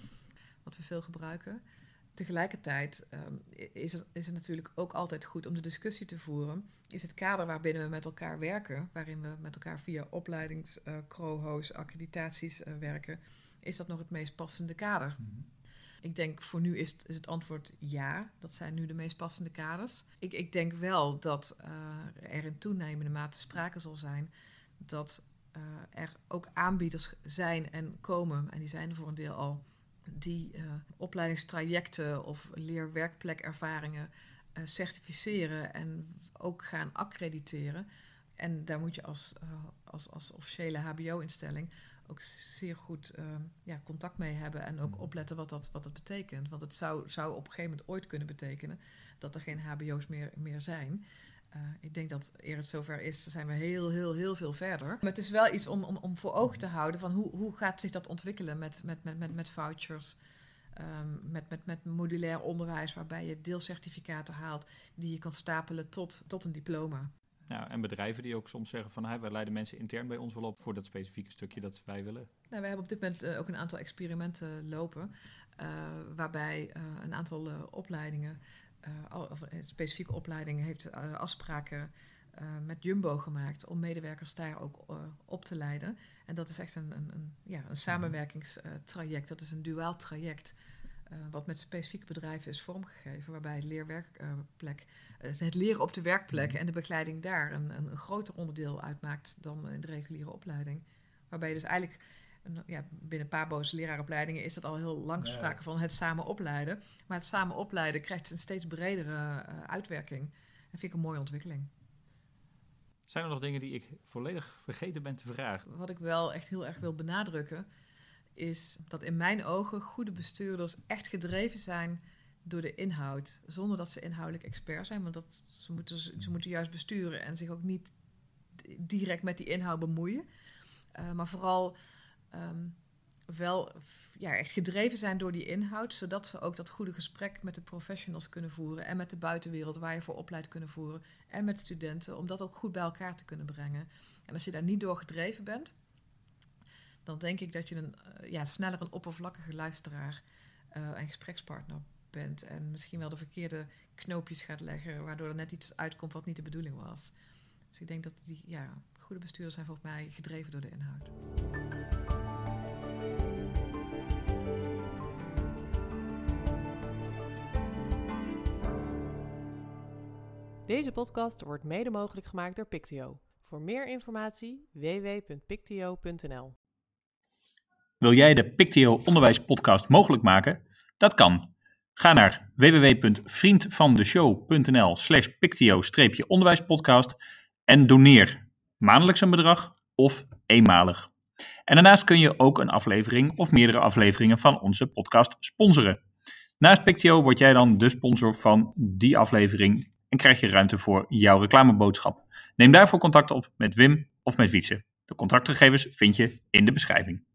wat we veel gebruiken. Tegelijkertijd um, is, het, is het natuurlijk ook altijd goed om de discussie te voeren. Is het kader waarbinnen we met elkaar werken, waarin we met elkaar via opleidings, uh, croho's, accreditaties uh, werken, is dat nog het meest passende kader? Mm-hmm. Ik denk voor nu is, is het antwoord ja, dat zijn nu de meest passende kaders. Ik, ik denk wel dat uh, er in toenemende mate sprake zal zijn dat uh, er ook aanbieders zijn en komen, en die zijn er voor een deel al, die uh, opleidingstrajecten of leerwerkplekervaringen uh, certificeren en ook gaan accrediteren. En daar moet je als, uh, als, als officiële H B O-instelling ook zeer goed uh, ja, contact mee hebben en ook opletten wat dat, wat dat betekent. Want het zou, zou op een gegeven moment ooit kunnen betekenen dat er geen H B O's meer, meer zijn. Uh, ik denk dat eer het zover is, zijn we heel, heel, heel veel verder. Maar het is wel iets om, om, om voor ogen te houden van hoe, hoe gaat zich dat ontwikkelen met, met, met, met, met vouchers, um, met, met, met modulair onderwijs waarbij je deelcertificaten haalt die je kan stapelen tot, tot een diploma. Ja, en bedrijven die ook soms zeggen van hey, wij leiden mensen intern bij ons wel op voor dat specifieke stukje dat wij willen. Nou, we hebben op dit moment uh, ook een aantal experimenten lopen, uh, waarbij uh, een aantal uh, opleidingen, uh, of een specifieke opleiding heeft uh, afspraken uh, met Jumbo gemaakt om medewerkers daar ook uh, op te leiden. En dat is echt een, een, een, ja, een samenwerkingstraject, dat is een duaal traject. Uh, wat met specifieke bedrijven is vormgegeven, waarbij het leerwerkplek, uh, het leren op de werkplek mm-hmm. en de begeleiding daar een, een, een groter onderdeel uitmaakt dan in de reguliere opleiding. Waarbij je dus eigenlijk, een, ja, binnen Pabo's leraaropleidingen is dat al heel lang sprake ja, ja. van het samen opleiden. Maar het samen opleiden krijgt een steeds bredere uh, uitwerking. En vind ik een mooie ontwikkeling. Zijn er nog dingen die ik volledig vergeten ben te vragen? Wat ik wel echt heel erg wil benadrukken, is dat in mijn ogen goede bestuurders echt gedreven zijn door de inhoud. Zonder dat ze inhoudelijk expert zijn, want dat, ze, moeten, ze moeten juist besturen en zich ook niet direct met die inhoud bemoeien. Uh, maar vooral um, wel ja, echt gedreven zijn door die inhoud, zodat ze ook dat goede gesprek met de professionals kunnen voeren en met de buitenwereld waar je voor opleidt kunnen voeren en met studenten, om dat ook goed bij elkaar te kunnen brengen. En als je daar niet door gedreven bent, dan denk ik dat je een, uh, ja, sneller een oppervlakkige luisteraar uh, en gesprekspartner bent en misschien wel de verkeerde knoopjes gaat leggen, waardoor er net iets uitkomt wat niet de bedoeling was. Dus ik denk dat die ja, goede bestuurders zijn volgens mij gedreven door de inhoud. Deze podcast wordt mede mogelijk gemaakt door Pictio. Voor meer informatie w w w punt pictio punt n l. Wil jij de Pictio Onderwijspodcast mogelijk maken? Dat kan. Ga naar w w w punt vriendvandeshow punt n l slash pictio-onderwijspodcast en doneer maandelijks een bedrag of eenmalig. En daarnaast kun je ook een aflevering of meerdere afleveringen van onze podcast sponsoren. Naast Pictio word jij dan de sponsor van die aflevering en krijg je ruimte voor jouw reclameboodschap. Neem daarvoor contact op met Wim of met Wietse. De contactgegevens vind je in de beschrijving.